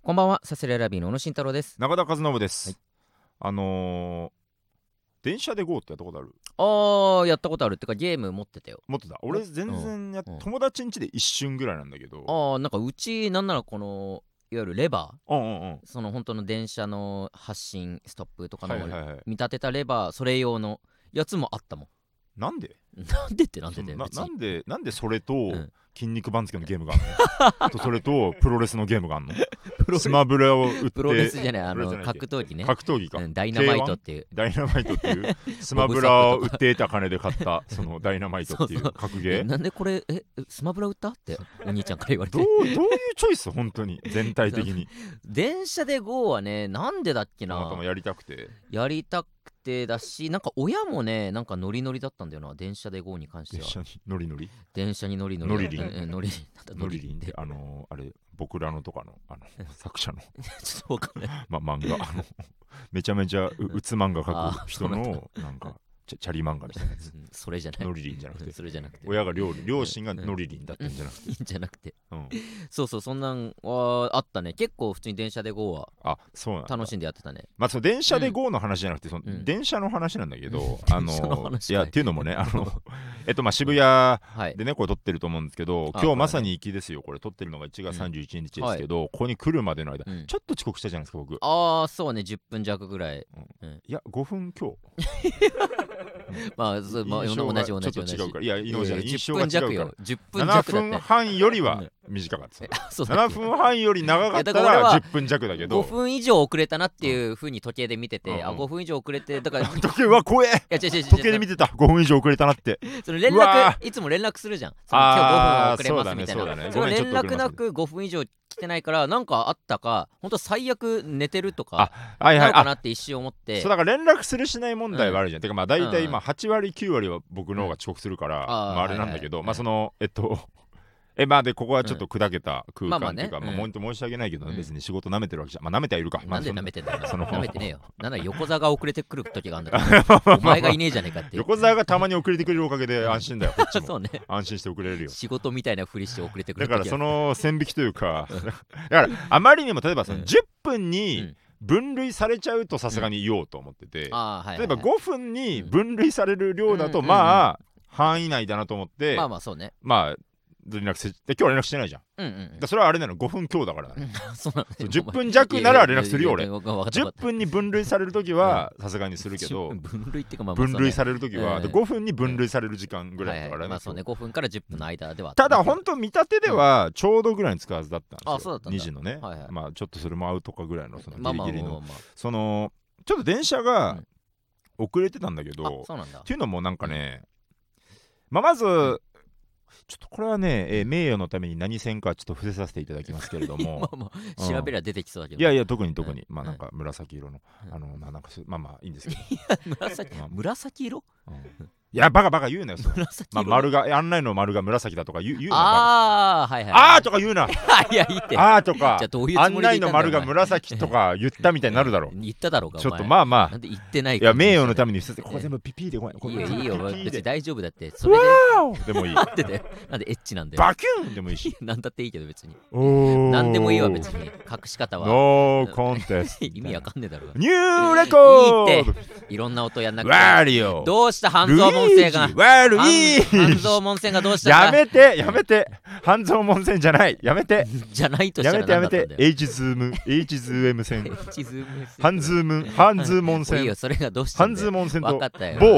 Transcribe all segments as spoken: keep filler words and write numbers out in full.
こんばんは、サスレラビーの小野慎太郎です。 中田和信です、 はい、 あのー、電車で ゴー ってやったことある？ あー、やったことあるってかゲーム持ってたよ。 持ってた。俺全然やっ、 うんうん、 友達ん家で一瞬ぐらいなんだけど。 あー、なんかうちなんならこのいわゆるレバうんうんうん。 ー、その本当の電車の発進ストップとかのはいはいはい。 見立てたレバー、それ用のやつもあったもん。 なんでなんでってなんでだよな別に。 なんでなんでそれと、 うん、 筋肉番付のゲームがあるのとそれとプロレスのゲームがあるの？スマブラを売ってプロレスじゃない、あの格闘技ね。 格闘技か、 うん、ダイナマイトっていうダイナマイトっていうスマブラを売って得た金で買ったそのダイナマイトっていう格ゲー。 なんでこれえスマブラ売ったってお兄ちゃんから言われてどうどういうチョイス本当に全体的に電車で ゴー はね、なんでだっけな。 たまたまやりたくてやりたくてだし、なんか親もね、なんかノリノリだったんだよな、電車で ゴー に関しては。 電車にノリノリ電車にノリノリ。 ノリリンうんノリリン。なんだノリリンってあのー、あれ僕らのとかのあの作者のちょっとわかんない。 ま漫画あのめちゃめちゃううつ漫画描く人あーのなんかチャチャリ漫画みたいなやつ。 うんそれじゃない。 ノリリンじゃなくてそれじゃなくて。 親が両両親がノリリンだったんじゃなくて、 いいんじゃなくて。 うん、 そうそう、そんなんはあったね。結構普通に電車で ゴー はあそうなんだ。 楽しんでやってたね。 まあその電車で ゴー の話じゃなくてその、 うん、 電車の話なんだけど、 うんあの電車の話かいいやっていうのもねあのえっとまあ渋谷はいでねこれ撮ってると思うんですけど、 あ今日まさに行きですよ。これ撮ってるのがいちがつさんじゅういちにちですけど、ここに来るまでの間、 うんちょっと遅刻したじゃないですか僕。 ああそうね、じゅっぷん弱ぐらい。 うんうんいやごふん今日まあそうまあ印象が同じ同じ同じ。 ちょっと違うから、いや、井上じゃない、印象が 10分違うから。 弱よ。じゅっぷん 7 弱だって。 分半よりは短かった。 あそうだっけななふんはんより長かったいやだから俺はらじゅっぷん弱だけど。 ごふん以上遅れたなっていう風に時計で見てて、 うんうんあごふん以上遅れてだからい時計は怖え。 や違う違う違う時計で見てた。ごふん以上遅れたなって。 その連うわ絡いつも連絡するじゃん。その今日あーごふん遅れますみたいそうだねな。 そうだねごめんその連絡ちょっと遅れますなくごふん以上来てないから、なんかあったか本当最悪寝てるとかはいはい。 なのかあ、 なって一瞬思って。 そうだから連絡するしない問題はあるじゃん。てかまあ大体うん今はちわりきゅうわりは僕の方が遅刻するから、 んあーまああれなんだけど、 はいはいまあそのえっとえまあでここはちょっと砕けた空まあまあね間っていうか、まあうん本当申し訳ないけど、 うん別に仕事舐めてるわけじゃん。まあ舐めてはいるか。まなんであその舐めてんだよ。 その舐めてねえよ。なんなら横座が遅れてくる時があるんだからお前がいねえじゃねえかっていう。 横澤がたまに遅れてくれるおかげで安心だよ。こっちもそうね。 安心して遅れるよ。 仕事みたいなふりして遅れてくる時ある。 だからその線引きというかだからあまりにも例えばそのうんじゅっぷんうにん分類されちゃうとさすがに言おうと思ってて、 あーはいはいはい例えばごふんに分類される量だとうんまあ範囲内だなと思って、 まあまあそうね。 まあ連絡せで今日は連絡してないじゃん。 うんうんだからそれはあれなのごふん強だからだね。 そうなんだそうよじゅっぷん弱なら連絡するよ俺。 いやいやいやわかった 10 わかった分に分類されるときはさすがにするけど、 分類っていうかまあ分類されれるときは、 うんでごふんに分類される時間ぐらいだからね。 まあそうね、ごふんからじゅっぷんの間ではあただほん本当見立てではちょうどぐらいに使うはずだったんですよ。 あそうだったんだにじのね、 はいはいまあちょっとそれもアウトかぐらいのそのまあギリギリのまあまあまあまそのちょっと電車が遅れてたんだけあど、 あそうなんだっていうのもなんかね、まあまずちょっとこれはね、えー名誉のために何線かちょっと伏せさせていただきますけれどまもあまあ調べりゃ出てきそうだけどいやいや特に特に、 うんまあなんか紫色の、 うんあのまあなんかすまあまあいいんですけど、 紫まあ紫色うんいやバカバカ言うなよそのまあ紫色丸が案内の丸が紫だとか言う言うなバああはいはいカあーとか言うなあいやいいってあーとかじゃあどういうつもりで案内の言ったんだよ丸が紫とか言ったみたいになるだろう言っただろうかちょっとあまあまあなんで言ってないかいや名誉のためめに伏せてここ全部ピピーでごめんここいいよいいよ別にピピーで大丈夫だってそれでワーオでもいいなんでだよなんでエッチなんだよバキュンでもいいしなんだっていいけど別におーなんでもいいわ別に隠し方はノーコンテスト意味わかんねえだろニューレコードいいっていろんな音やんなくてワリオどうした半蔵門生がルイージ悪い半半蔵門線がどうしたんだやめてやめて半蔵門線じゃないやめてじゃないとしたやらめてやめて何だったんだよ H ズーム H ズーム線地図ム半ズーム半ズー門いい線よそれがどうしたん半だよズー門線とわかったよ某うん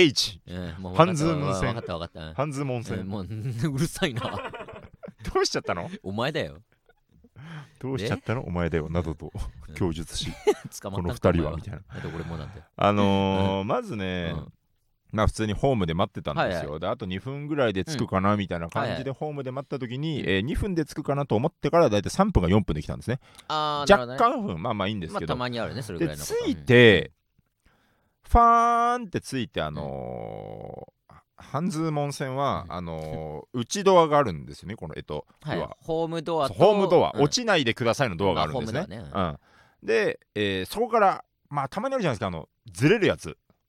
H うんもう半ズーム線わかったわかったうん半ズー門うん線もううるさいなどうしちゃったのお前だよどうしちゃったのお前だよなどとうん供述し捕まこのったんか二人はみたいなお前だって俺もなんだよあのーまずねうんまあ普通にホームで待ってたんですよ、 はいはであとにふんぐらいで着くかなみたいな感じでホームで待った時に、 うんえーにふんで着くかなと思ってからだいたいさんぷんがよんぷんで来たんですね。 あーなるほどね若干分まあまあいいんですまあけど、 たまにあるねそれぐらいので着いて、ファーンって着いてあのー半ズー門線は、 うんあのー内ドアがあるんですよねこのえっと、 はい要はホームドアとホームドア、 うん落ちないでくださいのドアがあるんですね。 まあホームドアねうん、で、えーそこからまあたまにあるじゃないですかあのずれるやつ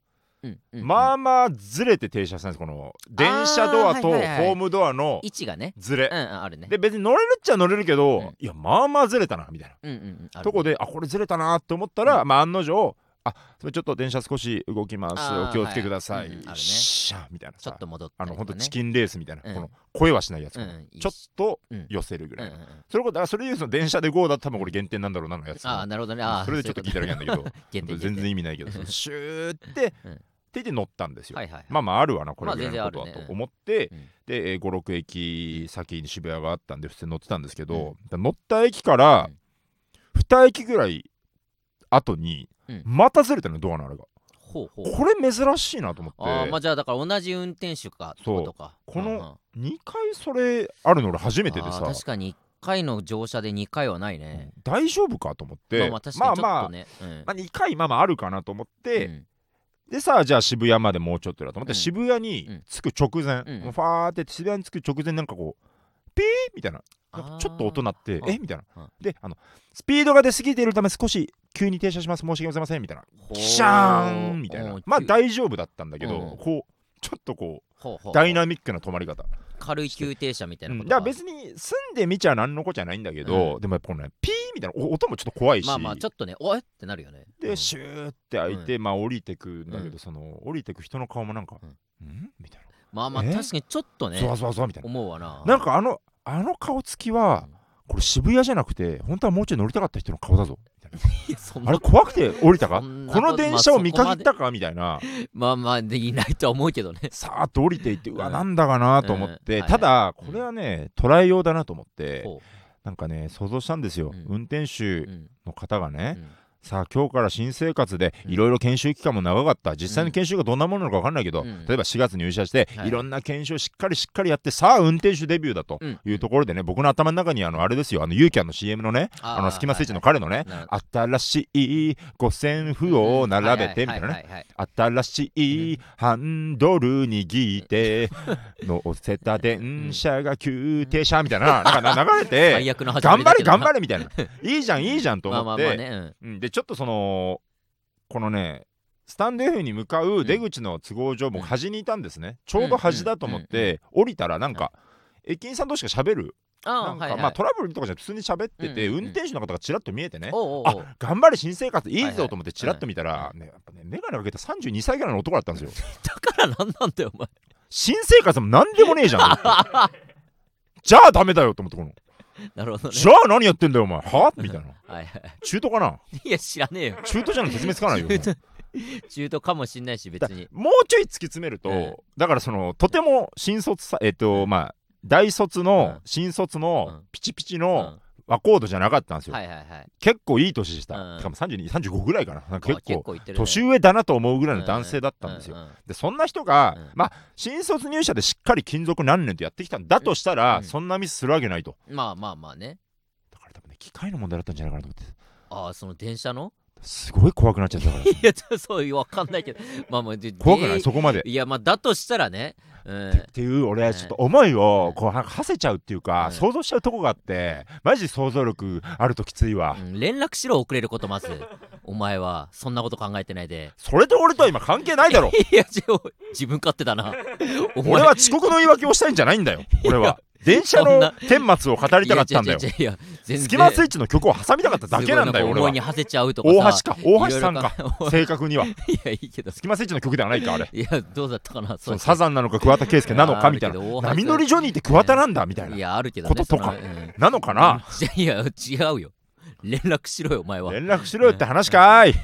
うんうんうん、 まあまあずれて停車したんです。この電車ドアとホあーはいはいはいームドアの位置がね、 ずれ、 うんうん、あるね。 で別に乗れるっちゃ乗れるけど、 うんいやまあまあずれたなみたいな、 うんうんうん、あるね、 とこで、あこれずれたなって思ったら、 うんまあ案の定、あそれちょっと電車少し動きます、 あーお気をつけください、 はいうんうんあるねシャーみたいなさ、 ちょっと戻ったありとか、ね、 のほんとチキンレースみたいな、 うんこの声はしないやつ、 うんうんいいちょっとうん寄せるぐらいの、 うんうんうん、 それこそ、あそれ言うと電車で ゴー だったら多分これ減点なんだろうなのやつ、 ああなるほどね、ああそれでちょっと聞いただけなんだけど限定全然意味ないけど、そのシューって、 うんって言って乗ったんですよ、 はいはいはい、 まあまああるわなこれまあぐらいのことは全然あるねと思って、 うんでごろく駅先に渋谷があったんで普通に乗ってたんですけど、乗った駅からに駅ぐらい後にうんまたずれてるの、ドアのあれが。 ほうほう、 これ珍しいなと思って、 ああまあじゃあだから同じ運転手かってことか、 このうんうんにかいそれあるの俺初めてでさ、 あー確かにいっかいの乗車でにかいはないね、 大丈夫かと思って、 まあまあ確かにちょっまあとね、うんまあにかいまあまああるかなと思って、 うんでさあじゃあ渋谷までもうちょっとだと思って、 うん渋谷に着く直前、 うんもうファーって渋谷に着く直前なんかこうピーみたいな、なんかちょっと音鳴ってあーえみたいな、 うんであのスピードが出過ぎているため少し急に停車します、申し訳ございませんみたいな、 ほうキシャーンみたいな、 おーまあ急大丈夫だったんだけど、 うんこうちょっとこほうほううダイナミックな止まり方、 軽い急停車みたいなことうんだから別に住んでみちゃなんのこっちゃないんだけど、 うんでもやっぱこのねピーみたいなお音もちょっと怖いし、 まあまあちょっとねおえってなるよね、うんでシューって開いて、まあ降りてくんだけど、 うんその降りてく人の顔もなんか、 うんんみたいまあまあえ確かにちょっとねな、ゾワゾワゾワみたいな、 思うわな、 なんかあのあの顔つきは、これ渋谷じゃなくて本当はもうちょい乗りたかった人の顔だぞみたいいやそんな、 なあれ怖くて降りたか、 そんなこの電車を見限ったかみたいな、 まあまあでいないとは思うけどねさーっと降りていって、うわうんなんだかなと思って、 うんはいただうんこれはね捉えようだなと思って、 ほなんかね想像したんですよ、 うん運転手ううんの方がね、 うんさあ今日から新生活でうんいろいろ研修期間も長かった、実際の研修がどんなものなのか分かんないけど、 うん例えばしがつ入社して、 はいいろんな研修をしっかりしっかりやってさあ運転手デビューだとうんいうところでね、僕の頭の中にあのあれですよ、あのユーキャンの シーエム のね、 あーあのスキマスイッチの彼のね、 なるほ新しい五線譜を並べてみたいなね、 はいはいはいはい新しいハンドル握って乗せた電車が急停車みたいな、なんか流れて最悪の始ま頑張れりだけどな頑張れみたいな、いいじゃんいいじゃんとまあ思って、 まあまあね、うんうんでちょっとそのこのねスタンド F に向かう出口の都合上、もう端にいたんですね、ちょうど端だと思って、降りたらなんか、駅員さん同士が喋る、なんか、 ああはいはいまあトラブルとかじゃ普通に喋ってて、 うんうんうん運転手の方がちらっと見えてね、 おうおうおうあ頑張れ新生活いいはいはいぞと思ってちらっと見たら、 うねやっぱね眼鏡かけたさんじゅうにさいぐらいの男だったんですよ。 だからなんなんだよお前新生活も何でもねえじゃんと思ってじゃあダメだよと思って、このなるほどねじゃあ何やってんだよお前はみたいな、 はいはい中途かないや知らねえよ中途じゃなくて説明つかないよもう中途中途かもしんないし別にもうちょい突き詰めると、 うんだからそのとても新卒さえっと、 うんまあ大卒の、 うん新卒うのんピチピチうんの和コードじゃなかったんですよ、 はいはいはい結構いい年でした、 うんしかもさんじゅうに、さんじゅうごぐらいかな、なんかあ結構構いってるね年上だなと思うぐらいの男性だったんですよ、 ううでそんな人が、 うんまあ新卒入社でしっかり勤続何年とやってきたんだとしたら、 うんそんなミスするわけないと、 まあまあまあねだから多分ね機械の問題だったんじゃないかなと思って、 ああその電車のすごい怖くなっちゃったからいやちょそういうわかんないけどまあまあで怖くないでそこまでいやまあだとしたらねうんっていう俺はちょっと思いをうんこうなんか馳せちゃうっていうか、 うん想像しちゃうとこがあってマジ想像力あるときついわ、 うん連絡しろ遅れることまずお前はそんなこと考えてないでそれと俺とは今関係ないだろいやちょ自分勝手だなお前俺は遅刻の言い訳をしたいんじゃないんだよ俺は電車のそんな顛末を語りたかったんだよいやいやいやいや全然スキマスイッチの曲を挟みたかっただけなんだよ俺はすごいか思いに馳せちゃうとかさ大橋か大橋さんかいろいろ正確にはいやいいけどスキマスイッチの曲ではないかあれいやどうだったかなそのサザンなのか桑田佳祐なのかみたいなあるけど大橋波乗りジョニーって桑田なんだみたいないやあるけどねこととかそのうんなのかな、 いやいや違うよ連絡しろよお前は連絡しろよって話かーい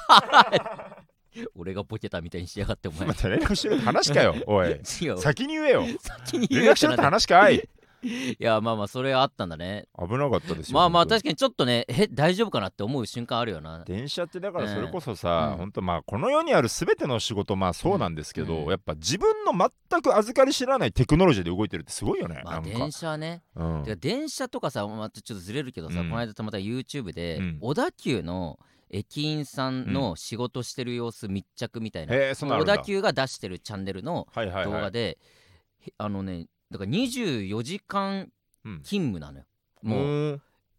俺がボケたみたいにしやがってお前また連絡しろよって話かよおい違う先に言えよ先に言連絡しろって話かいいやまあまあそれあったんだね危なかったですよまあまあ本当確かにちょっとねえ大丈夫かなって思う瞬間あるよな電車ってだからそれこそうんさ、ほんとまあこの世にある全ての仕事まあそうなんですけど、 うんやっぱ自分の全く預かり知らないテクノロジーで動いてるってすごいよね、 まあなんか電車ねうんてか電車とかさまたちょっとずれるけどさ、 うんこの間たまた YouTube で、 うん小田急の駅員さんの仕事してる様子密着みたいな、 へえそんなのあるんだ小田急が出してるチャンネルのはいはいはい動画で、へあのねだからにじゅうよじかんうん勤務なのよ、 ももうう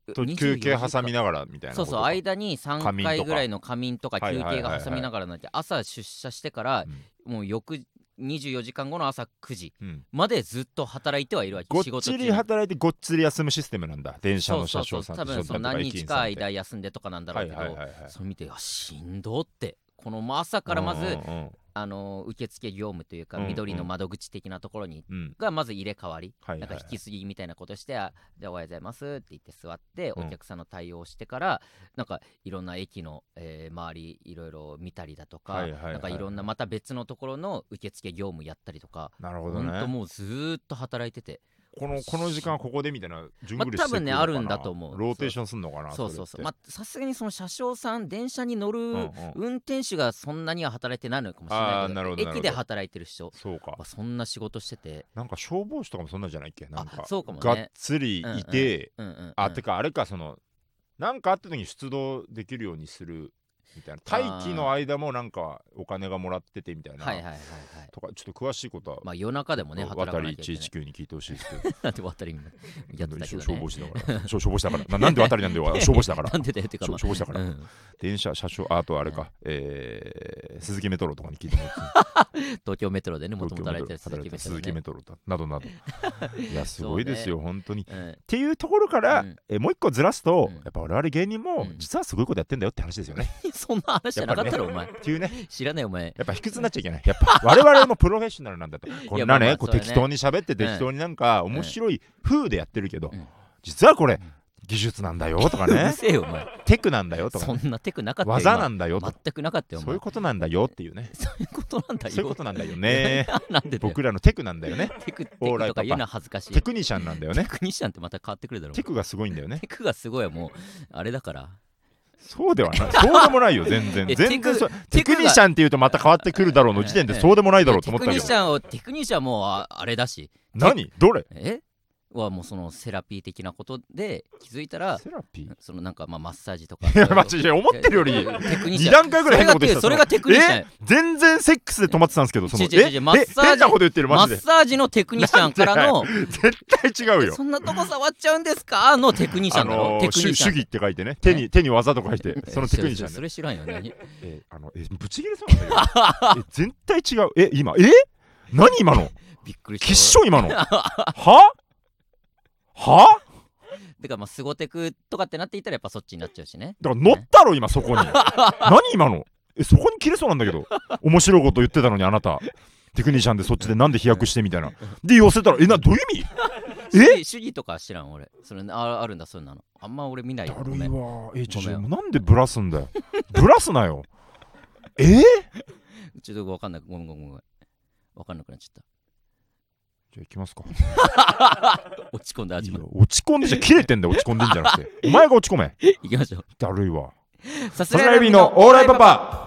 と休憩挟みながらみたいなことか。 そうそう、間にさんかいぐらいの仮眠とか休憩が挟みながらなんて、朝出社してから、うん、もう翌にじゅうよじかんごの朝くじまでずっと働いてはいるわけ、 うん、ごっちり働いてごっつり休むシステムなんだ、電車の車掌さんって。 そうそうそう、多分その何日か間休んでとかなんだろうけど、はいはいはいはい、それ見て、あ、しんどって、この朝からまず、うんうんうん、あの受付業務というか、うんうん、緑の窓口的なところに、うん、がまず入れ替わり、はいはいはい、なんか引き継ぎみたいなことして、あ、じゃあおはようございますって言って座って、うん、お客さんの対応してから、なんかいろんな駅の、えー、周りいろいろ見たりだとか、はいはいはい、なんかいろんなまた別のところの受付業務やったりとか、 なるほどね、 ほんともうずーっと働いてて、 このこの時間ここでみたいな順繰りしてくるのかな、まあ、 多分ねあるんだと思う。 ローテーションすんのかな。 そうそうそう、まあさすがにその車掌さん、電車に乗る運転手がそんなには働いてないのかもしれないけど、うんうん、駅で働いてる人、 そうか、 そんな仕事してて、 なんか消防士とかもそんなんじゃないっけ、なんかあ、そうかもね、 がっつりいて、うんうんうんうん、あ、てかあれか、そのなんかあった時に出動できるようにするみたいな、待機の間もなんかお金がもらっててみたいな、はいはいはいはい、とかちょっと詳しいことは、 まあ夜中でもね働かなきゃいけない、 渡りいちいちきゅうに聞いてほしいですけどなんで渡りやってたけどね、 消防士だから消防士だからな、なんで渡りなんだよ消防士だからなんでだよってか、まあ、 消防士だから、うん、電車車掌、あとあれか、うん、えー、鈴木メトロとかに聞いてもらって東京メトロでね、もともと働いてる鈴木メトロ、ね、 鈴木メトロなどなどいやすごいですよ、ね、本当に、うん、っていうところから、うん、えもう一個ずらすと、うん、やっぱ我々芸人も実はすごいことやってんだよって話ですよね、うん、 そんな話じゃなかったろ、ね、お前っていうね、 知らないお前、 やっぱ卑屈になっちゃいけない、やっぱ我々もプロフェッショナルなんだとこんなね、こう適当に喋って適当になんか面白い風でやってるけど、うん、実はこれ、うん、技術なんだよとかね、うるせえよお前、テクなんだよとか、ね、そんなテクなかったよ、技なんだよとか、全くなかったよ、そういうことなんだよっていうね、そういうことなんだよ、そういうことなんだよねなんで僕らのテクなんだよね、テクテクとか言うのは恥ずかしい、テクニシャンなんだよね、テクニシャンってまた変わってくるだろう、テクがすごいんだよね、テクがすごいはもうあれだから、そうではない、そうでもないよ、全然全然そテクニシャンっていうとまた変わってくるだろうの時点でそうでもないだろうと思ったけど、テクニシャンをテクニシャンもああれだし、何どれえはもうそのセラピー的なことで気づいたら、セラピーそのなんかまあマッサージとか、いやマジで思ってるよりに段階ぐらい変なこと言ってた、それがテクニシャン、全然セックスで止まってたんですけど、そのえマッサージ変なこと言ってるマジで、マッサージのテクニシャンからの絶対違うよ、そんなとこ触っちゃうんですかのテクニシャンだろ、テクニシャン、主義って書いてね、手に手に技とか書いて、そのテクニシャン、それ知らんよね、えあのえぶち切れそうなんだけど、絶対違う、え今え何今のびっくりした、きっしょ今のははだからまあスゴテクとかってなっていたらやっぱそっちになっちゃうしね、だから乗ったろ今そこに何今のえそこに切れそうなんだけど、面白いこと言ってたのにあなたテクニシャンでそっちでなんで飛躍してみたいなで寄せたらえなどういう意味え主義とか知らん俺それ あ, あるんだそういうのあんま俺見ないよ、だるいわえちょちょなんでブラすんだよブラすなよえー、ちょっと分かんないごめんごめんごめん分かんなくなっちゃった、じゃあ行きますか落ち込んで始まる、落ち込んでじゃ切れてんだよ落ち込んでんじゃなくてお前が落ち込め行きましょう、だるいわさすらいびのオーライパパ、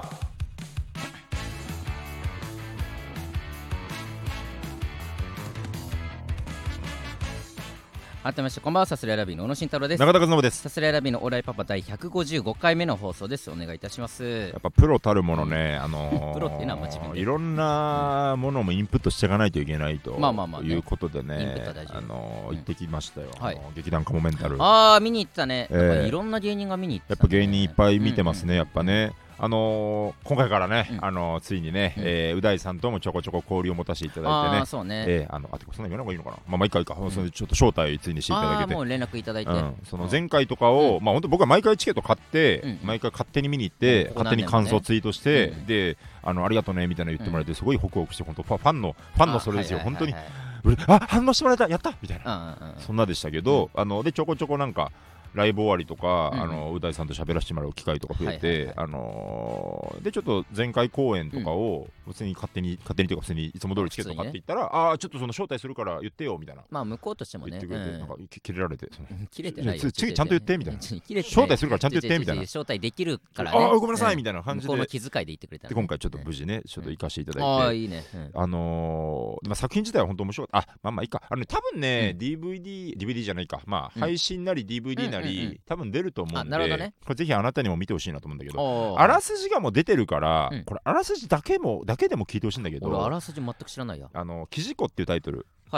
改めましてこんばんは、さすらいラビーの小野慎太郎です。中田和信です。さすらいラビーのオーライパパ第ひゃくごじゅうごかいめの放送です。お願いいたします。やっぱプロたるものね、うん、あのー、プロっていうのは自分でいろんなものもインプットしていかないといけないということでね、あのー、行ってきましたよ、うん、あのーはい、劇団カモメンタル、あー見に行ったね、えー、やっぱいろんな芸人が見に行った、ね、やっぱ芸人いっぱい見てますね、うんうん、やっぱね、あのー、今回からね、うん、あのー、ついにね、うんえー、う大さんともちょこちょこ交流を持たせていただいてね、あそうね、えー、あのあてかそんな言わない方がいいのかな、まあまあいいかいいか、うん、そのちょっと招待ついにしていただけて、もう連絡いただいて、うん、その前回とかを、うん、まあ本当僕は毎回チケット買って、うん、毎回勝手に見に行って、うん、勝手に感想ツイートして、うん、であのありがとうねみたいな言ってもらえて、すごいホクホクして本当ファンのファンのそれですよ、本当にあ反応してもらえたやったみたいな、うんうんうん、そんなでしたけど、うん、あのでちょこちょこなんかライブ終わりとか、うん、あのう大さんと喋らせてもらう機会とか増えて、はいはいはい、あのー、でちょっと前回公演とかを普通に勝手に勝手にというか普通にいつも通りチケット買っていったら、ね、ああちょっとその招待するから言ってよみたいな、まあ向こうとしてもね言ってくれて、うん、なんか切れられて切れてないよちゃんと言ってみたいな招待するからちゃんと言ってみたいな招待できるからね、ああごめんなさいみたいな感じで向こうの気遣いで言ってくれた、ね、で今回ちょっと無事ねちょっと行かせていただいて、ああいいね、あのー、まあ作品自体は本当面白かった、あまあまあいいか、あのね多分ね、うん、ディーブイディー ディーブイディー じゃないか、まあ配信なり ディーブイディー なり多分出ると思うんで、ね、これぜひあなたにも見てほしいなと思うんだけど、あらすじがもう出てるから、うん、これあらすじだけもだけでも聞いてほしいんだけど、俺あらすじ全く知らないや、あのキジコっていうタイトル、はい、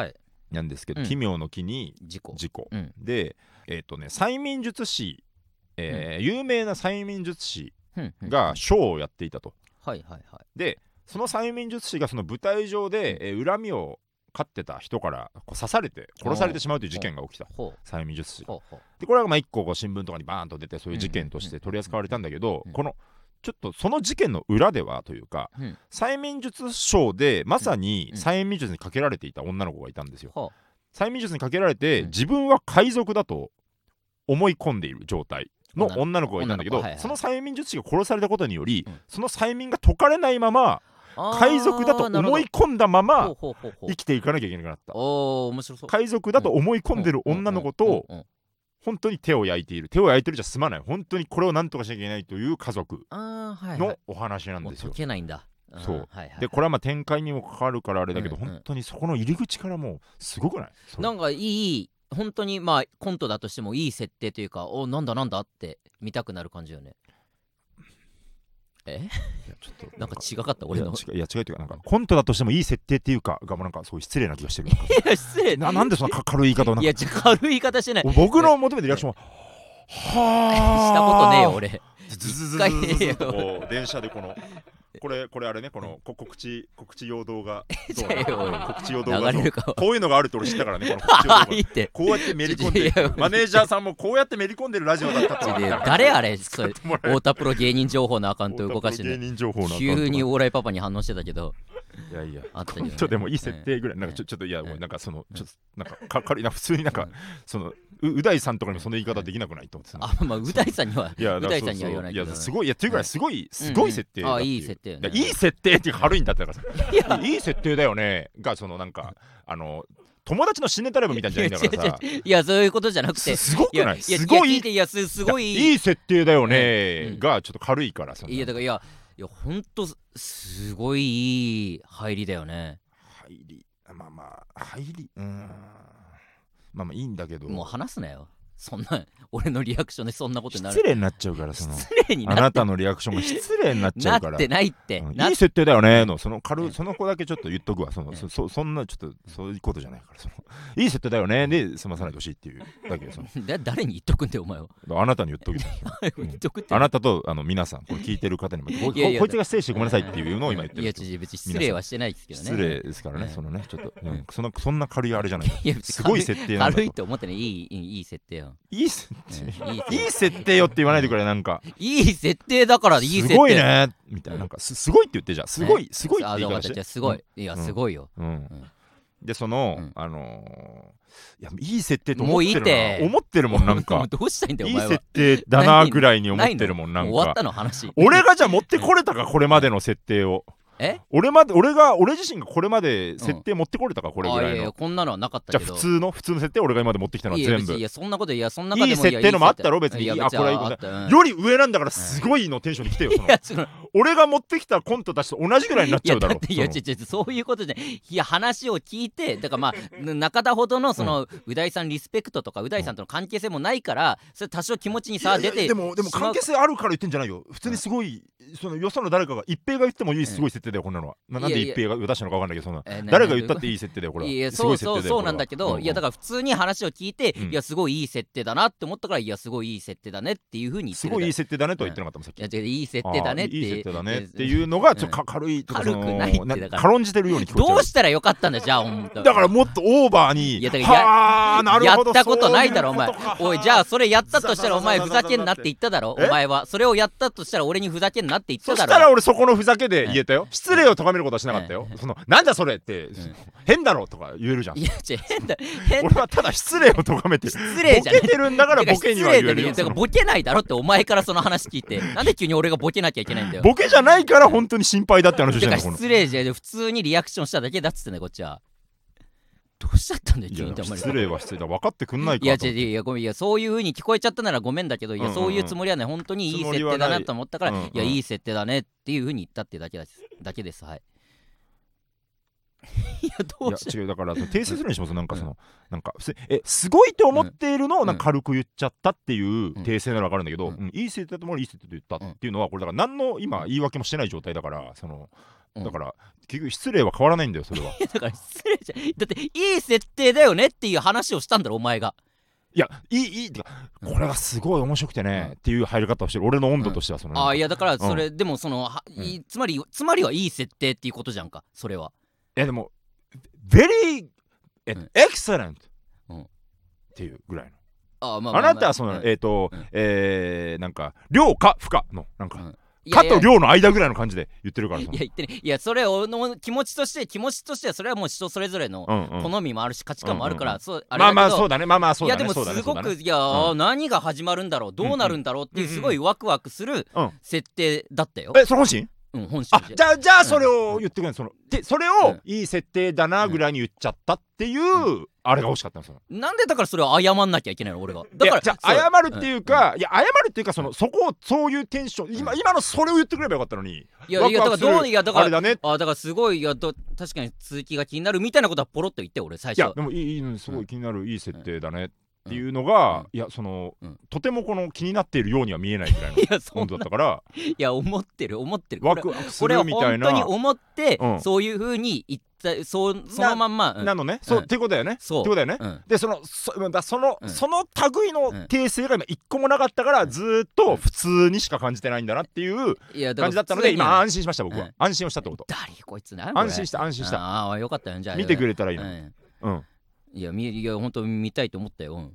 なんですけど、 うん奇妙の木に事故事故、 うん、 でえっ、ー、とね催眠術師、えーうん、有名な催眠術師がショーをやっていたと、 はいはいはい。 でその催眠術師がその舞台上で、うん、えー、恨みを飼ってた人からこう刺されて殺されてしまうという事件が起きた、催眠術師で、これはまあ一個こう新聞とかにバーンと出てそういう事件として取り扱われたんだけど、このちょっとその事件の裏ではというか、うん、催眠術ショーでまさに催眠術にかけられていた女の子がいたんですよ、うんうん、催眠術にかけられて、うん、自分は海賊だと思い込んでいる状態の女の子がいたんだけど、はいはい、その催眠術師が殺されたことにより、うん、その催眠が解かれないまま海賊だと思い込んだまま生きていかなきゃいけなくなった。 お面白そう。 海賊だと思い込んでる女の子と本当に手を焼いている手を焼いてるじゃ済まない、本当にこれを何とかしなきゃいけないという家族のお話なんですよ。 解けないんだ。 そう、はいはい、でこれはまあ展開にもかかるからあれだけど、うんうん、本当にそこの入り口からもうすごくない？ なんかいい本当にまあコントだとしてもいい設定というか、おなんだなんだって見たくなる感じよね。えいやちょっとなんか違かった俺の。 いや違うというか、なんかコントだとしてもいい設定っていうかがもうなんかすごい失礼な気がしてる。いや失礼な, なんでそんな軽い言い方をなんか。 いや軽い言い方してない。 僕の求めてるリアクションははしたことねえよ俺。 ズズズズズズとこう電車でこのこれこれあれね、この告知告知用動画告知用動画こういうのがあるって俺知ったからね、この告知用動画いいってこうやってめり込んでマネージャーさんもこうやってめり込んでるラジオだったって誰あれそれ太田プロ芸人情報のアカウント動かしてね、急にオーライパパに反応してたけど、 いやいやあったけど、ね、ちょっとでもいい設定ぐらいなんかちょちょっといやもうなんかそのちょっとなんか軽いな普通になんかそのう大さんとかにもその言い方できなくないと思ってた。 あまあう大さんにはいやう大さんには言わないけど、 いやすごいいやというぐらいすごいすごい設定。 あいい設定よね。 いい設定って軽いんだってからいい設定だよねがそのなんかあの友達の新ネタライブみたいじゃないんだからさ。 いやそういうことじゃなくてすごくない？すごいいやすごいいい設定だよねがちょっと軽いから。 いやだからいやいやほんとすごいいい入りだよね。 入りまあまあ入りうーんまあまあいいんだけど、 もう話すなよそんな俺のリアクションでそんなことになる。 失礼になっちゃうから、その失礼になあなたのリアクションが失礼になっちゃうから。 なってないって、 うん、いい設定だよねのその軽その子だけちょっと言っとくわ。その、うん、そ, そ, そんなちょっとそういうことじゃないから、そのいい設定だよねで済まさないでほしいっていうだけで、そのだ誰に言っとくんだよお前は。 あなたに言っとく言っとくって、あなたとあの皆さんこれ聞いてる方にもこいやこいつが失礼してごめんなさいっていうのを今言ってる。 いや別に失礼はしてないですけどね。 失礼ですからね、そのねちょっと、うん、そのそんな軽いあれじゃない。いやすごい設定なんだと。軽いって思ってね、いいいい設定よ。 いい設定いい設定よって言わないでくれ。なんかいい設定だからいい設定すごいねみたいな、なんか す, すごいって言ってじゃん。すごいすごいって言い方して。 すごいいやすごいよ。 でそのあのいやいい設定と思ってるな思ってるもんなんかどうしたいんだよいい設定だなぐらいに思ってるもんなんか。 終わったの話。 俺がじゃあ持ってこれたかこれまでの設定を。え俺まで俺が俺自身がこれまで設定持ってこれたか、うん、これぐらいの。あいやいやこんなのはなかったけど。 じゃあ普通の普通の設定俺が今まで持ってきたのは全部。 いやいやそんなこといやそんなこといい設定のもあったろ別に。いやあこれはより上なんだからすごいのテンションに来てよ。その俺が持ってきたコントたちと同じぐらいになっちゃうだろ。 いや違う違うそういうことじゃない。いや話を聞いてだからまあ中田ほどのその、うん、う大さんリスペクトとかう大さんとの関係性もないからそれ多少気持ちに差出て。 でもでも関係性あるから言ってんじゃないよ。普通にすごいそのよその誰かが一平が言ってもいいすごい設定だよこんなのは。なんで一平が出したのか分かんないけど、そんな、えー、誰が言ったっていい設定だよこれは。いやそうそうそうなんだけど、うんうん、いやだから普通に話を聞いて、うん、いやすごいいい設定だなって思ったからいやすごいいい設定だねっていう風に言ってる。 すごいいい設定だねとは言ってなかったもんさっき。 いやいい設定だねっていい設定だねっていうのがちょっと軽いとか、 軽くないってだから軽んじてるように聞こえちゃう。 どうしたらよかったんだじゃあ本当。 だからもっとオーバーに。いやだからやなるほどやったことないだろお前。 おいじゃあそれやったとしたらお前ふざけんなって言っただろお前は。それをやったとしたら俺にふざけんなって言っただろ。 そしたら俺そこのふざけで言えたよ。失礼を咎めることはしなかったよ。そのなんだそれって、うん、変だろとか言えるじゃん。いや違う変だ変だ俺はただ失礼を咎めて失礼じゃボケてるんだからボケには言えるよ。 だからボケないだろってお前からその話聞いてなんで急に俺がボケなきゃいけないんだよ。 ボケじゃないから本当に心配だって話をしてるの。 失礼じゃ普通にリアクションしただけだっつってねこっちは。どうしちゃったんだよ急に。 失礼は失礼だ分かってくんないか。 いや違ういやごめんいやそういう風に聞こえちゃったならごめんだけどいやそういうつもりはね本当にいい設定だなと思ったからいやいい設定だねっていう風に言ったってだけですだけですはい。いやどうしいや違うだから訂正するにしますなんかその、うん、なんかえすごいと思っているのをなんか軽く言っちゃったっていう訂正なら分かるんだけど、うんうん、いい設定だと思ういい設定と言ったっていうのはこれだから何の今言い訳もしてない状態だからそのうん、だから結局失礼は変わらないんだよそれは。 だから失礼じゃん。だっていい設定だよねっていう話をしたんだろお前が。 いやいいいいってかこれがすごい面白くてね、うん、っていう入り方をしてる俺の温度としてはその、 うん、あいやだからそれ、うん、でもそのいつまりつまりはいい設定っていうことじゃんかそれは。 いやでも very excellent、うん、っていうぐらいの あ,、まあまあまあ、あなたはその、うん、えっ、ー、と、うん、えー、なんか量か負荷のなんか、うんかと量の間ぐらいの感じで言ってるからさ。 いや言ってね、いやそれをの気持ちとして気持ちとしてはそれはもう人それぞれの好みもあるし価値観もあるから、うんうん、そうあれだけどまあまあそうだねまあまあそうだね。 いやでもすごく、ね、いや、うん、何が始まるんだろうどうなるんだろうっていうすごいワクワクする設定だったよ。 えそれ本心？ うん、本心。 あじゃあじゃあそれを言ってくれ、うん、そのでそれをいい設定だなぐらいに言っちゃったっていう、うん、あれが欲しかったんですよ。 なんでだからそれを謝んなきゃいけないの俺が。だからじゃあ謝るっていうか、うん、いや謝るっていうかそのそこをそういうテンション今今のそれを言ってくればよかったのに。 いやいやだからどういやだからあれだね。 あだからすごいいやど確かに続きが気になるみたいなことはポロッと言って俺最初。 いやでもいいいいのすごい気になる、うん、いい設定だね。っていうのが、うん、いやその、うん、とてもこの気になっているようには見えないぐらいの温度だったからいや思ってる思ってるワクワクするみたいな。 俺は本当に思って、うん、そういう風に言ったそそのまんまな,、うん、なのねそう、うん、っていうことだよねそうってことだよね、うん、でそのそだその、うん、その類の訂正が今一個もなかったからずっと普通にしか感じてないんだなっていう感じだったので今安心しました僕は、うん、安心をしたってこと。 誰こいつな安心した安心した。 ああよかったよじゃあ見てくれたらいいの、うん、うん、 いや見いや本当見たいと思ったよ、うん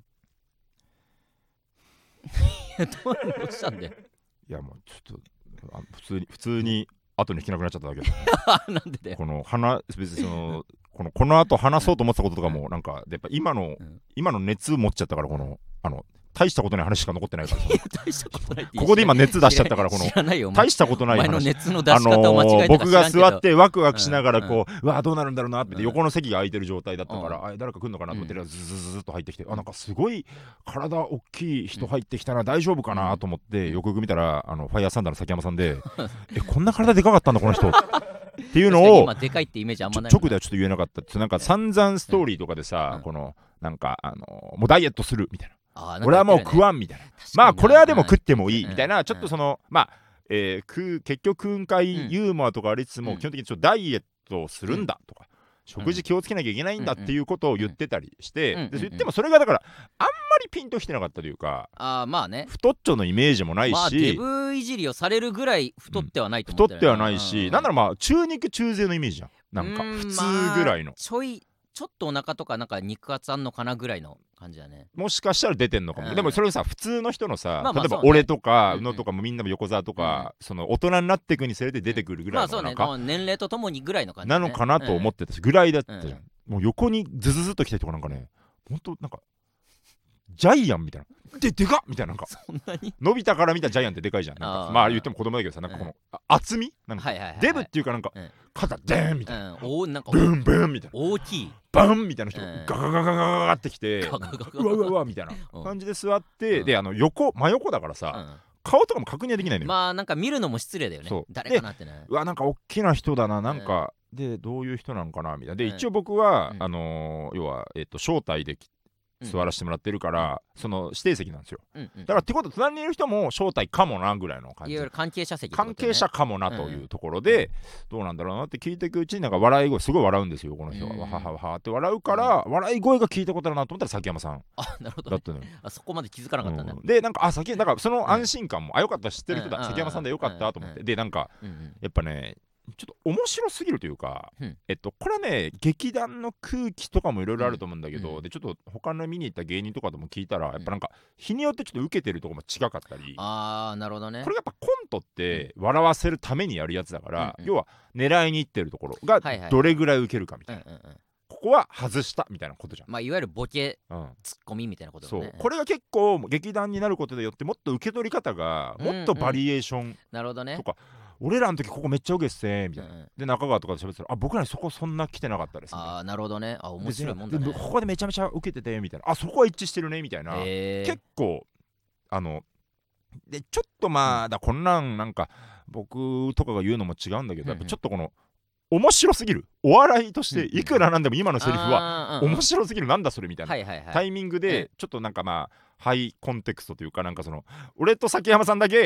どうしたんだよ。 いやもうちょっとあ普通に普通に後に聞けなくなっちゃっただけだなんでだよ。 この話別にそのこのこの後話そうと思ってたこととかもなんかやっぱ今の、うん、今の熱持っちゃったからこのあの大したことない話しか残ってないから大したことないってここで今熱出しちゃったからこの大したことない話、 お前の熱の出し方を間違えてた、 あのー、僕が座ってワクワクしながらこう、うん、うわどうなるんだろうなって、うん、横の席が空いてる状態だったから、うん、あ誰か来るのかなと思って、うん、ズズズズっと入ってきて、あなんかすごい体大きい人入ってきたな、うん、大丈夫かなと思ってよくよく見たらあのファイヤーサンダーの崎山さんでえこんな体でかかったんだこの人っていうのを今でかいってイメージあんまない直ではちょっと言えなかったって。なんか散々ストーリーとかでさ、うん、このなんかあのもうダイエットするみたいな、あね、俺はもう食わんみたいな、まあこれはでも食ってもいいみたいな、うん、ちょっとその、うん、まあ、えー、結局空海ユーモアとかありつつも、うん、基本的にちょっとダイエットをするんだとか、うん、食事気をつけなきゃいけないんだっていうことを言ってたりして、うんうん、で言ってもそれがだからあんまりピンときてなかったというか、 あまあね太っちょのイメージもないし、まあ、 デブいじりをされるぐらい太ってはないと思って、 うん、太ってはないし、うん、なんならまあ中肉中背のイメージじゃん、なんか普通ぐらいの、まあ、 ちょいちょっとお腹とかなんか肉厚あんのかなぐらいの感じだね。 もしかしたら出てんのかも、うん、でもそれさ普通の人のさ、まあまあ、例えば俺とか宇野、ね、とかもみんなも横澤とか、うん、その大人になっていくにつれて出てくるぐらいの、うん、まあそうね、年齢とともにぐらいの感じ、 ね、なのかなと思ってたし、ぐらいだったじゃん、うん、もう横にズズズっと来た人がなんかねほんとなんかジャイアンみたいなででかっみたいな、なんかそんなに伸びたから見たジャイアンってでかいじゃん、なんかまあ言っても子供だけどさ、なんかこの、うん、厚みなんか、はいはいはいはい、デブっていうかなんか、うん、肩デーンみたいな、うん、おなんかブンブンみたいな大きいバンみたいな人がガガガガガガガってきて、うわうわうわみたいな感じで座って、うん、であの横真横だからさ、うん、顔とかも確認はできないのよ。 まあなんか見るのも失礼だよね。そう誰かなってね。 うわなんか大きな人だな、なんか、うん、でどういう人なんかなみたいな。で、うん、一応僕は、うん、あのー、要はえっと招待で座らせてもらってるから、うん、その指定席なんですよ、うんうん、だからってことは隣にいる人も招待かもなぐらいの感じ、 いわゆる関係者席、ね、 関係者かもなというところで、うん、どうなんだろうなって聞いていくうちになんか笑い声すごい笑うんですよこの人は、うん、わはははって笑うから、うん、笑い声が聞いたことあるなと思ったら崎山さんあなるほど、ね、 だったのよ。 あそこまで気づかなかったんだ、うん、 でなんかあ先だからその安心感も、うん、あよかった知ってる人だ、うん、崎山さんでよかったと思って、うん、でなんか、うん、やっぱねちょっと面白すぎるというか、うん、えっとこれはね劇団の空気とかもいろいろあると思うんだけど、うん、でちょっと他の見に行った芸人とかでも聞いたら、うん、やっぱなんか日によってちょっと受けてるとこも違かったり、 あーなるほどね、 これやっぱコントって笑わせるためにやるやつだから、うん、要は狙いにいってるところがどれぐらい受けるかみたいな、はいはいはい、ここは外したみたいなことじゃん、 まあいわゆるボケ、うん、ツッコミみたいなことだね。 そうこれが結構劇団になることでよってもっと受け取り方がもっとバリエーションとか、うんうん、なるほどね、俺らの時ここめっちゃ受けっせーみたいな、うん、で中川とかで喋ってたらあ僕らにそこそんな来てなかったです、ね、 ああなるほどね、あ面白いもんだね、 でここでめちゃめちゃ受けててみたいな、あそこは一致してるねみたいな、結構あのでちょっとまあ、うん、だこんなんなんか僕とかが言うのも違うんだけど、うんうん、やっぱちょっとこの面白すぎるお笑いとしていくらなんでも今のセリフは面白すぎるなんだそれみたいな、はいはいはい、タイミングでちょっとなんかまあハイコンテクストというかなんかその俺と崎山さんだけ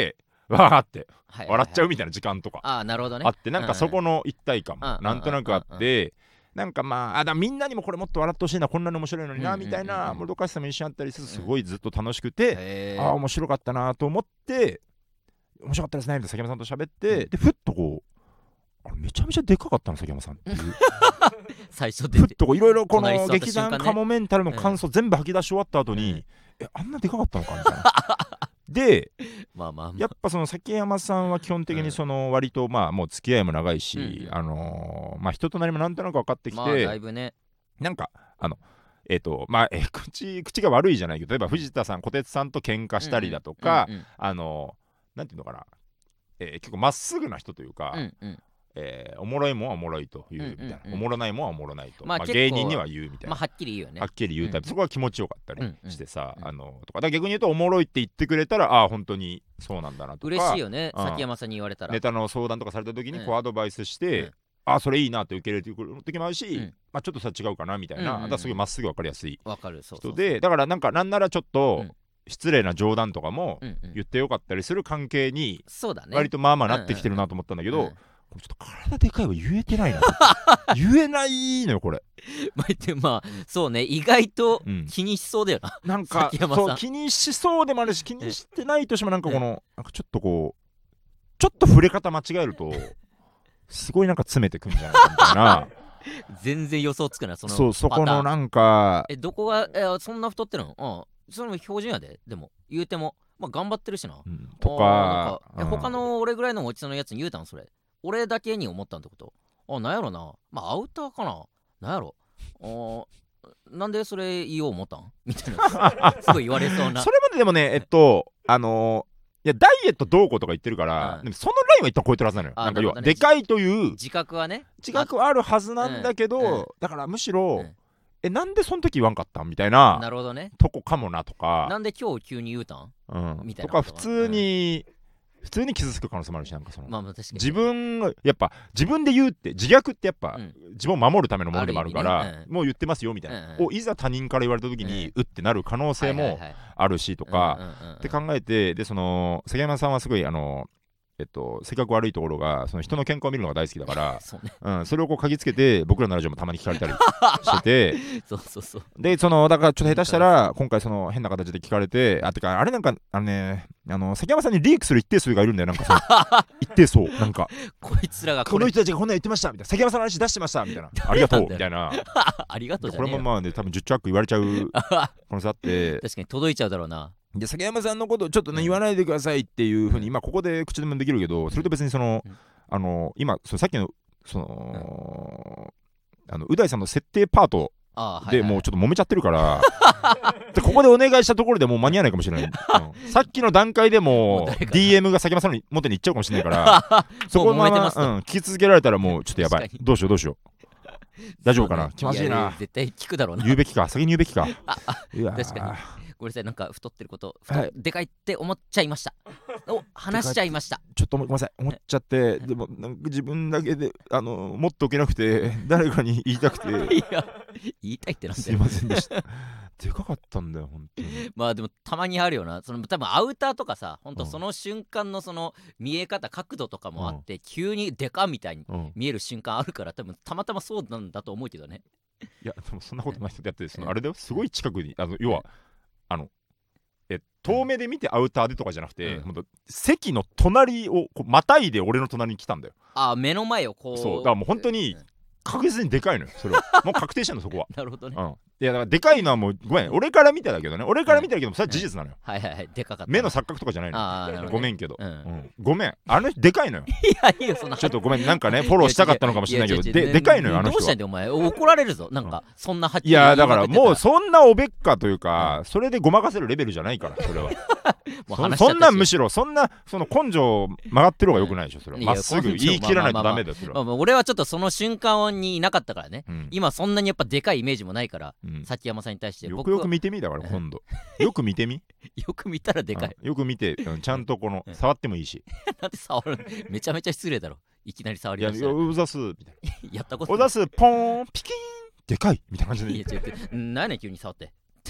わーって笑っちゃうみたいな時間とかあって、 なんかそこの一体感もなんとなくあって、なんかまあ、あだみんなにもこれもっと笑ってほしいな、こんなに面白いのになみたいなもどかしさも一緒にあったりする、すごいずっと楽しくて、ああ面白かったなと思って、面白かったですねみたいな崎山さんと喋って、でふっとこうあれめちゃめちゃでかかったの崎山さんっていう最初でふっといろいろこの劇団カモメンタルの感想全部吐き出し終わった後に、えあんなでかかったのかみたいなで、まあまあまあ、やっぱその崎山さんは基本的にその割とまあもう付き合いも長いし、うん、あのー、まあ人となりもなんとなく分かってきて、まあ、だいぶね、なんかあのえっ、ー、とまあえ口口が悪いじゃないけど、例えば藤田さん小鉄さんと喧嘩したりだとか、うんうん、あのー、なんていうのかな、えー、結構まっすぐな人というか、うんうん、えー、おもろいもんはおもろいというみたいな、うんうんうん、おもろないもんはおもろないと、まあまあ、芸人には言うみたいな、 まあ、はっきり言うよね、 はっきり言うタイプ、うん、そこは気持ちよかったりしてさ、 うんうん、 あのとかだ逆に言うとおもろいって言ってくれたら、ああ本当にそうなんだなとか、 嬉しいよね、崎山さんに言われたら。 ネタの相談とかされた時にこうアドバイスして、うん、ああそれいいなって受け入れてくる時もあるし、うん、まあ、ちょっとさ違うかなみたいな、うんうんうん、だからすごいまっすぐ分かりやすい人で、だからなんかなんならちょっと、うん、失礼な冗談とかも言ってよかったりする関係に割とまあまあなってきてるなと思ったんだけど、うんうんうん、ちょっと体でかいは言えてないな言えないのよこれまあそうね、意外と気にしそうだよな、 うん、なんかそう気にしそうでもあるし気にしてないとしてもなんかこのなんかちょっとこうちょっと触れ方間違えるとすごいなんか詰めてくんじゃないかみたいな全然予想つくな、そのそうそこのなんかえどこがえそんな太ってるの、うん、それも標準やで、でも言うてもまあ頑張ってるしな、うん、 とかなんか、うん、他の俺ぐらいのおじさんのやつに言うたんそれ、俺だけに思ったんってこと、あなんやろな、まあアウターかな、なんやろ、あなんでそれ言おう思ったんみたいなすごい言われそうなそれまででもね、えっとあのーいやダイエットどうこうとか言ってるから、うん、でもそのラインは一旦超えてるはずなのよ。なんか要は、ね、でかいという自覚はね自覚はあるはずなんだけど、うん、だからむしろ、うん、えなんでその時言わんかったんみたいな、 なるほどね、 とこかもなとか、 なんで今日急に言うたん、 うん、 みたいなとか普通に、うん普通に傷つく可能性もあるし、なんかその、 まあ、まあ確かに自分がやっぱ自分で言うって自虐ってやっぱ、うん、自分を守るためのものでもあるから、ねうん、もう言ってますよみたいな、うんうん、をいざ他人から言われた時に、うん、うってなる可能性もあるしとかって考えて、でその杉山さんはすごいあのえっと、性格悪いところがその人の健康を見るのが大好きだからそ, う、ねうん、それをこう嗅ぎつけて僕らのラジオもたまに聞かれたりしててそうそうそうでそのだからちょっと下手したら今回その変な形で聞かれてあてかあれなんかあのねあの崎山さんにリークする一定数がいるんだよなんかその一定層なんかこいつらがこの人たちがこんな言ってましたみたいな崎山さんの話出してましたみたいなありがとうみたいなありがとうじゃねえよこれもまあね多分じゅっチャック言われちゃう可能性あって確かに届いちゃうだろうなで崎山さんのことをちょっとね、うん、言わないでくださいっていうふうに今ここで口でもできるけどそれと別にその、うん、あの今そのさっきのその、うん、あのう大さんの設定パートでもうちょっと揉めちゃってるからでここでお願いしたところでもう間に合わないかもしれない、うん、さっきの段階でも ディーエム が崎山さんの元に行っちゃうかもしれないからそこまま、うん、聞き続けられたらもうちょっとやばいどうしようどうしよう大丈夫かな、ね、気まずいな絶対聞くだろうな言うべきか先に言うべきかいや確かにごめんなさいなんか太ってること、はい、でかいって思っちゃいましたお話しちゃいましたちょっとごめんなさい思っちゃってでもなんか自分だけであの持っておけなくて誰かに言いたくていや言いたいってなんだよすいませんでしたでかかったんだよ本当にまあでもたまにあるよなその多分アウターとかさ本当その瞬間のその見え方角度とかもあって、うん、急にでかみたいに見える瞬間あるから多分たまたまそうなんだと思うけどねいやでもそんなことない人でやってそのあれだよすごい近くにあの要はあのえ遠目で見てアウターでとかじゃなくて、うん、席の隣をこうまたいで俺の隣に来たんだよあ目の前をこうそうだからもう本当に確実にでかいのよそれはもう確定してんのそこはなるほどね、 うん、いやだからでかいのはもうごめん俺から見ただけどね俺から見たけどそれは事実なのよ、 うん、はいはいはいでかかった目の錯覚とかじゃないのあなるほど、ね、 ごめんけど、 うんうん、 ごめんあの人でかいのよいやいいよそんなちょっとごめんなんかねフォローしたかったのかもしれないけどででかいのよあの人はどうしたんでお前怒られるぞなんか、うん、そんなはっきりいやだからもうそんなおべっかというか、うん、それでごまかせるレベルじゃないからそれはもう そ, そんなむしろそんなその根性曲がってる方がよくないでしょそれはまっすぐ言い切らないとダメだよそれは、 まあまあ、俺はちょっとその瞬間にいなかったからね、うん、今そんなにやっぱでかいイメージもないから、うん、崎山さんに対してよくよく見てみだから今度よく見てみよく見たらでかい、 うん、よく見て、うん、ちゃんとこの、うん、触ってもいいしなんで触るめちゃめちゃ失礼だろいきなり触りましたいやうざすみたいなやったことおざすポーンピキーンでかいみたいな感じでいや違う何やねん急に触って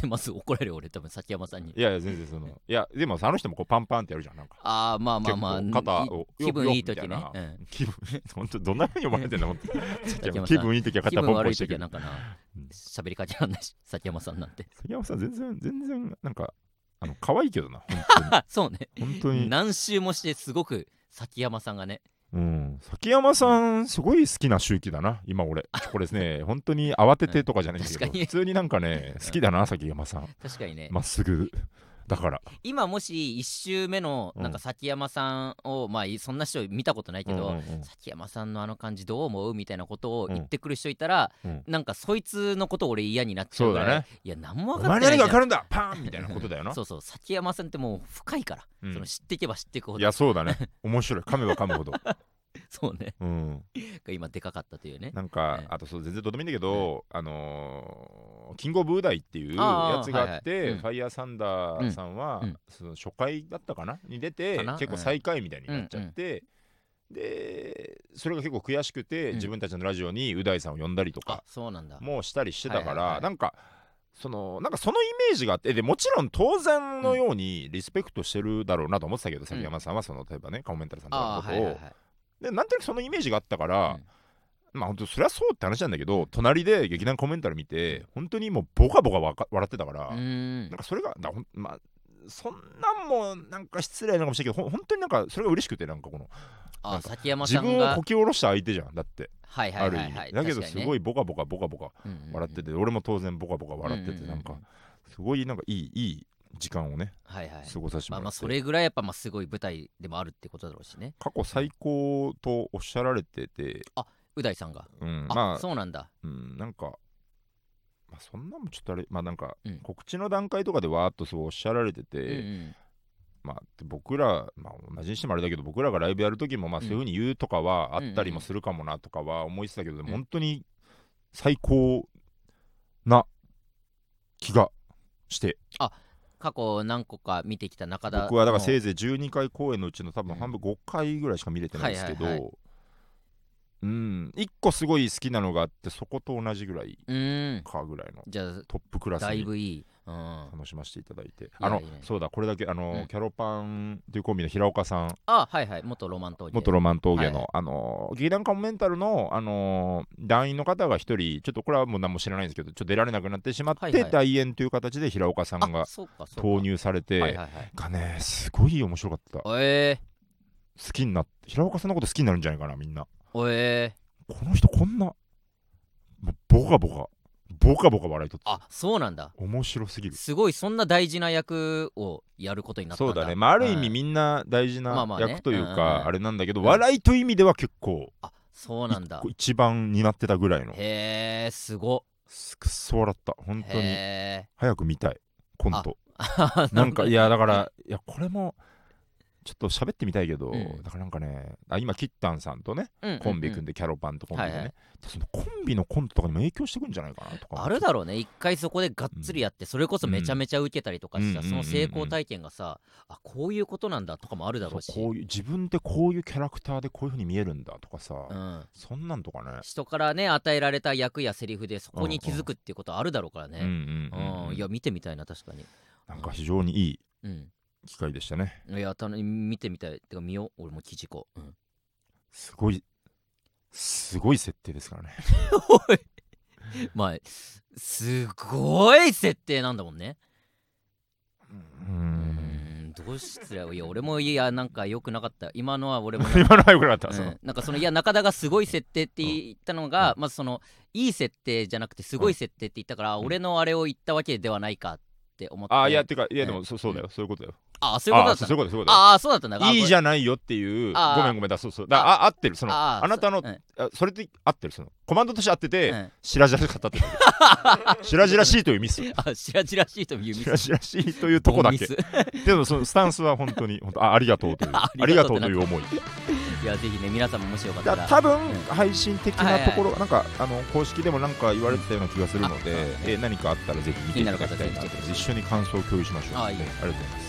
でまず怒られる俺多分崎山さんに。 いやいや全然そのいやでもあの人もこうパンパンってやるじゃんなんか。 ああまあまあまあ肩を気分いい時ね、 うん、気分本当どんな風に思われてんの本当気分いい時は肩ポンポンポンしる。気しててる。 分悪い時はなんかな喋りかけらんないし崎山さんなんて。 崎山さん全然全然なんかあの可愛いけどな本当にそうね本当に何周もしてすごく崎山さんがね、 うん、崎山さんすごい好きな周期だな今俺これですね本当に慌ててとかじゃないんだけど、 うん、確かに普通になんかね好きだな崎山さん。 確かにねまっすぐだから今もしいち周目のなんか崎山さんを、うん、まあそんな人見たことないけど、うんうんうん、崎山さんのあの感じどう思うみたいなことを言ってくる人いたら、うん、なんかそいつのこと俺嫌になっちゃうぐらい、ね、いや何も分かってないじゃん、 お前何が分かるんだパーンみたいなことだよなそうそう崎山さんってもう深いから、うん、その知っていけば知っていくほど。 いやそうだね面白い噛めば噛むほどそうね、 うん、 今でかかったというね。 なんか、ね、あとそう全然どうでもいいんだけど、うん、あのー、キングオブウダイっていうやつがあって、はいはいうん、ファイヤーサンダーさんは、うん、その初回だったかなに出て結構最下位みたいになっちゃって、うん、でそれが結構悔しくて、うん、自分たちのラジオにウダイさんを呼んだりとかもしたりしてたから、はいはいはい、なんかそのなんかそのイメージがあってでもちろん当然のようにリスペクトしてるだろうなと思ってたけど、崎山さんはその例えばねカモメンタルさんとかのことを、はいはいはい、でなんとなくそのイメージがあったから、うん、まあ本当それはそうって話なんだけど隣で劇団コメンタル見て本当にもうボカボカ笑ってたからなんかそれがだほんまあそんなんもなんか失礼なのかもしれないけど本当になんかそれが嬉しくてなんかこのあ崎山さんが自分をこき下ろした相手じゃんだってはいはいはい、はい、 だけどすごいボカボカボカボカ笑ってて、うんうんうん、俺も当然ボカボカ笑ってて、うんうんうん、なんかすごいなんかいいいい時間をね、はいはい、過ごさせてもらって、 まあ、まあそれぐらいやっぱまあすごい舞台でもあるってことだろうしね。 過去最高とおっしゃられてて、 あう大さんが、 うん、 あ、 まあそうなんだ、 うん、なんか、まあ、そんなもちょっとあれまあなんか、うん、告知の段階とかでわーっとそうおっしゃられてて、うんうん、まあ僕ら、まあ、同じにしてもあれだけど僕らがライブやる時もまあそういう風に言うとかはあったりもするかもなとかは思いてたけど、うんうん、でも本当に最高な気がしてあ過去何個か見てきた中田僕はだからせいぜいじゅうにかい公演のうちの多分半分ごかいぐらいしか見れてないですけど、うんはいはいはい、うんいっこすごい好きなのがあってそこと同じぐらいかぐらいのトップクラスにだいぶいい楽しませていただいて、あのそうだこれだけあの、うん、キャロパンというコンビの平岡さんあはいはい元ロマン峠元ロマン峠の、はいはい、あの劇団カモメンタルのあの団員の方が一人ちょっとこれはもう何も知らないんですけどちょっと出られなくなってしまって、はいはい、代演という形で平岡さんが投入されて、はいはいはい、がねすごい面白かった、 えー、好きになって平岡さんのこと好きになるんじゃないかなみんな、 えー、この人こんなボカボカボカボカ笑いとってあそうなんだ面白すぎるすごいそんな大事な役をやることになったんだそうだねまあある意味みんな大事な役というかあれなんだけど、うん、笑いという意味では結構あそうなんだ一番になってたぐらいのへえすごすくっそ笑った本当に早く見たいコントなんかいやだからいやこれもちょっと喋ってみたいけど、うん、だからなんかねあ今キッタンさんとね、うんうんうん、コンビ組んでキャロパンとコンビでね、はいはい、そのコンビのコントとかにも影響してくんじゃないかなとかあるだろうね一回そこでがっつりやって、うん、それこそめちゃめちゃ受けたりとかした、うん、その成功体験がさ、あこういうことなんだとかもあるだろうしこういう自分ってこういうキャラクターでこういう風に見えるんだとかさ、うん、そんなんとかね人からね与えられた役やセリフでそこに気づくっていうことあるだろうからねいや見てみたいな確かになんか非常にいい、うん機会でしたね。 いやた見てみたいてか見よう俺も記事こう、うん、 すごいすごい設定ですからねおいまあすごい設定なんだもんねうーんどうしていや俺もいやなんか良くなかった今のは俺も今のは良くなかった、うん、 そのなんかそのいや中田がすごい設定って言ったのが、うん、まずそのいい設定じゃなくてすごい設定って言ったから、うん、俺のあれを言ったわけではないかって思って、 あいやてかいやでも、うん、そ, そうだよそういうことだよああそういうことだったそういうことそういうことああそうだったんだいいじゃないよっていうごめんごめんだそうそうだあ合ってるその あ, あなたの そ,、うん、あそれって合ってるそのコマンドとして合ってて、うん、白々しかったって白々しいというミスあ白々しいというミス白々しいというとこだけでもそのスタンスは本当に本当 あ, ありがとうというありがとうという思いいやぜひね皆さんももしよかったら多分、うん、配信的なところ、はいはいはい、なんかあの公式でもなんか言われてたような気がするので、うん、え何かあったらぜひ見ていただきたいなと一緒に感想を共有しましょう。あ, ありがとうございます。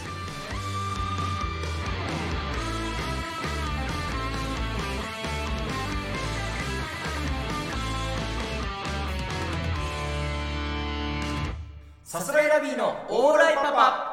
さすらいラビーのオーライパパ。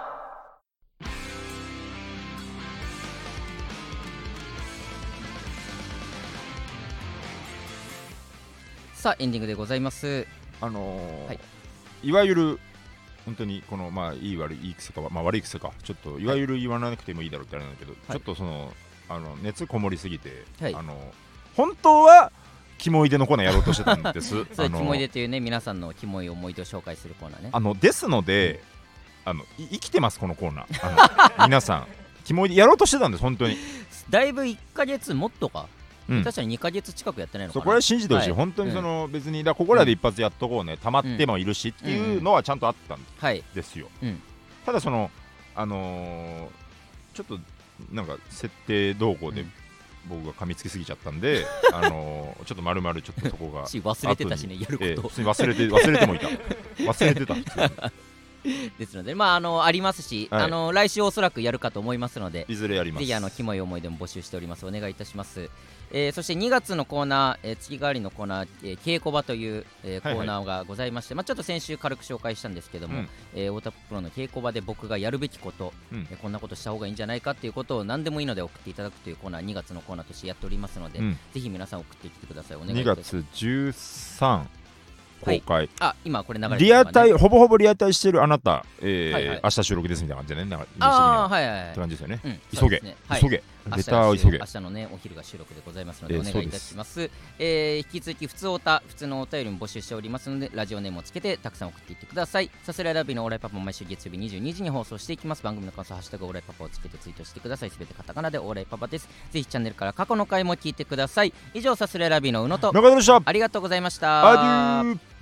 さあエンディングでございます。 あのーはい、 いわゆる本当にこのまあいい悪いいい癖か、まあ、悪い癖かちょっといわゆる言わなくてもいいだろうってあれなんだけど、はい、ちょっとそのあの熱こもりすぎて、はい、あの本当はキモいでのコーナーやろうとしてたんですそうキモいでというね皆さんのキモい思い出を紹介するコーナーね。 あのですので、うん、あの生きてますこのコーナーあの皆さんキモいでやろうとしてたんです本当に。 だいぶいっかげつもっとか、うん、確かににかげつ近くやってないのかな。 そこは信じてほしい、はい、本当にその、うん、別にだここらで一発やっとこうね、溜まってもいるしっていうのはちゃんとあったんですよ、 うんうん、 ただそのあのー、ちょっとなんか設定動向で僕が噛みつきすぎちゃったんで、うん、あのー、ちょっと丸々ちょっとそこが忘れてたしねやること、えー、 忘れて忘れてもいた忘れてた普通にですので、まあ、あのありますし、はい、あの来週おそらくやるかと思いますので、 いずれやります。 ぜひあのキモい思い出も募集しております。お願いいたします。えー、そしてにがつのコーナー、えー、月替わりのコーナー、えー、稽古場という、えーはいはい、コーナーがございまして、まあ、ちょっと先週軽く紹介したんですけども、うん、えー、太田プロの稽古場で僕がやるべきこと、うん、えー、こんなことした方がいいんじゃないかっていうことを何でもいいので送っていただくというコーナー、にがつのコーナーとしてやっておりますので、うん、ぜひ皆さん送ってきてください。お願いいたします。 にがつじゅうさん公開、はい、 あ今これ流れてる、 ね、リアタイほぼほぼリアタイしてるあなた、えーはいはい、明日収録ですみたいな感じでね、なんかあはいはいはいって感じですよね、うん、急げ、 ね、 急げ、レターを急げ。 明日のねお昼が収録でございますのでお願いいたします。えー、引き続き普通おた普通のお便りも募集しておりますのでラジオネームをつけてたくさん送っていってください。さすらいラビーのオーライパパも毎週月曜日にじゅうにじに放送していきます。番組の感想ハッシュタグオーライパパをつけてツイートしてください。すべてカタカナでオーライパパです。ぜひチャンネルから過去の回も聞いてください。以上さすらいラビーの宇野と中田でした。 ありがとうございました。 アデュー。